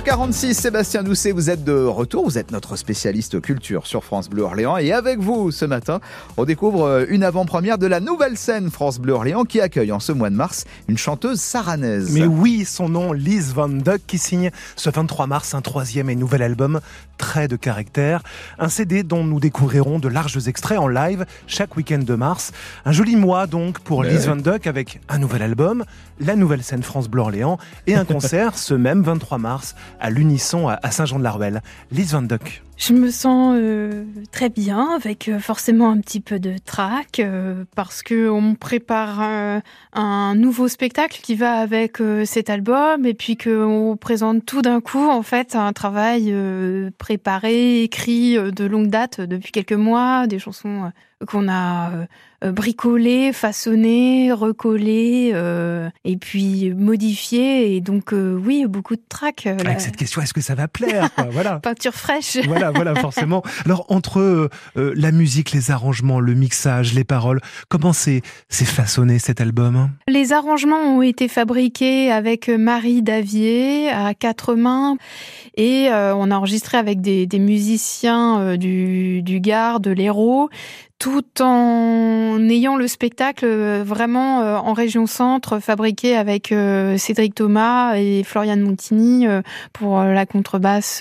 9h46, Sébastien Doucet, vous êtes de retour, vous êtes notre spécialiste culture sur France Bleu Orléans et avec vous ce matin, on découvre une avant-première de la nouvelle scène France Bleu Orléans qui accueille en ce mois de mars une chanteuse saranaise. Mais oui, son nom, Lise Van Duck, qui signe ce 23 mars un troisième et nouvel album, Trait de caractère, un CD dont nous découvrirons de larges extraits en live chaque week-end de mars. Un joli mois donc pour Lise Van Duck avec un nouvel album, la nouvelle scène France Bleu Orléans et un concert ce même 23 mars à l'Unisson à Saint-Jean-de-la-Ruelle. Lise Van Duck. Je me sens très bien, avec forcément un petit peu de trac, parce qu'on me prépare un nouveau spectacle qui va avec cet album, et puis qu'on présente tout d'un coup, en fait, un travail préparé, écrit de longue date, depuis quelques mois, des chansons qu'on a bricolées, façonnées, recollées, et puis modifiées, et donc oui, beaucoup de trac. Avec cette question, est-ce que ça va plaire, quoi, voilà. Peinture fraîche. Voilà, forcément. Alors, entre la musique, les arrangements, le mixage, les paroles, comment c'est façonné cet album ? Les arrangements ont été fabriqués avec Marie Davier à 4 mains et on a enregistré avec des musiciens du Gard, de l'Hérault, tout en ayant le spectacle vraiment en région centre, fabriqué avec Cédric Thomas et Floriane Montigny pour la contrebasse,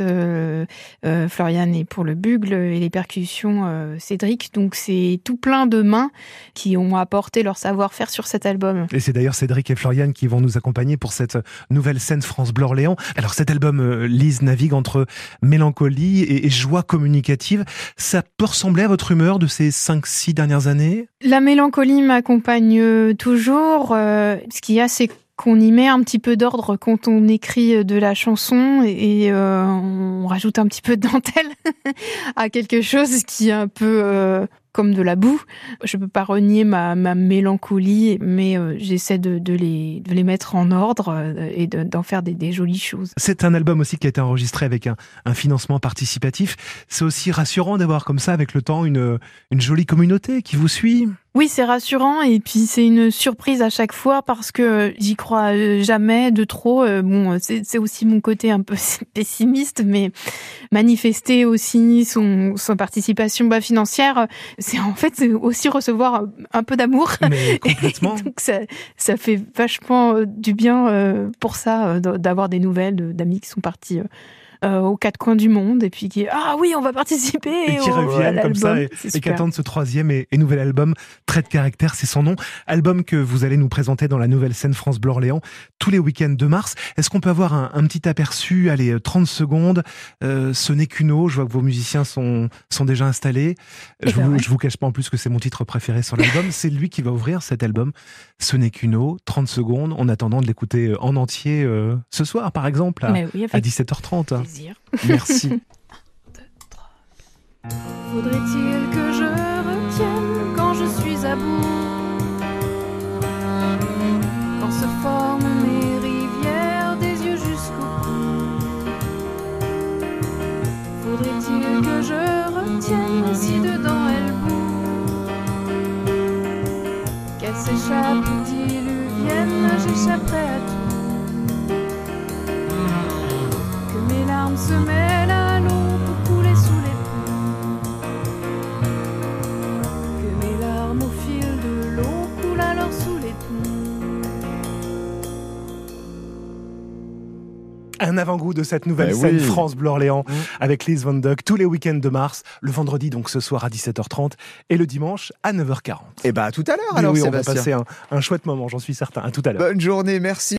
Floriane et pour le bugle et les percussions, Cédric. Donc c'est tout plein de mains qui ont apporté leur savoir-faire sur cet album. Et c'est d'ailleurs Cédric et Floriane qui vont nous accompagner pour cette nouvelle scène France Bleu Orléans. Alors cet album, Lise, navigue entre mélancolie et joie communicative. Ça peut ressembler à votre humeur de ces 5-6 dernières années ? La mélancolie m'accompagne toujours. Ce qu'il y a, c'est qu'on y met un petit peu d'ordre quand on écrit de la chanson et on rajoute un petit peu de dentelle à quelque chose qui est un peu comme de la boue. Je peux pas renier ma mélancolie, mais j'essaie de les mettre en ordre et d'en faire des jolies choses. C'est un album aussi qui a été enregistré avec un financement participatif. C'est aussi rassurant d'avoir comme ça, avec le temps, une jolie communauté qui vous suit. Oui, c'est rassurant et puis c'est une surprise à chaque fois parce que j'y crois jamais de trop. Bon, c'est aussi mon côté un peu pessimiste, mais manifester aussi sa participation financière, c'est en fait aussi recevoir un peu d'amour. Mais complètement. Et donc ça fait vachement du bien pour ça, d'avoir des nouvelles d'amis qui sont partis aux quatre coins du monde et puis qui on va participer et qui reviennent comme ça et qui attendent ce troisième et nouvel album Trait de caractère, c'est son nom, album que vous allez nous présenter dans la nouvelle scène France Bleu Orléans tous les week-ends de mars. Est-ce qu'on peut avoir un petit aperçu, 30 secondes, ce n'est qu'une eau, je vois que vos musiciens sont déjà installés, je vous cache pas en plus que c'est mon titre préféré sur l'album. C'est lui qui va ouvrir cet album, Ce n'est qu'une eau, 30 secondes en attendant de l'écouter en entier ce soir par exemple à 17h30. Merci. 1, 2, 3. Faudrait-il que je retienne quand je suis à bout, quand se forment mes rivières des yeux jusqu'au cou? Faudrait-il que je retienne si dedans elle bout, qu'elle s'échappe ou diluvienne, j'échapperai à tout. Mes larmes se mêlent à l'eau pour couler sous les ponts, que mes larmes au fil de l'eau coulent alors sous les ponts. Un avant-goût de cette nouvelle scène France Bleu Orléans avec Lise Van Duck tous les week-ends de mars, le vendredi donc ce soir à 17h30 et le dimanche à 9h40. Et à tout à l'heure alors, on va Sébastien. passer un chouette moment, j'en suis certain. À tout à l'heure. Bonne journée, merci.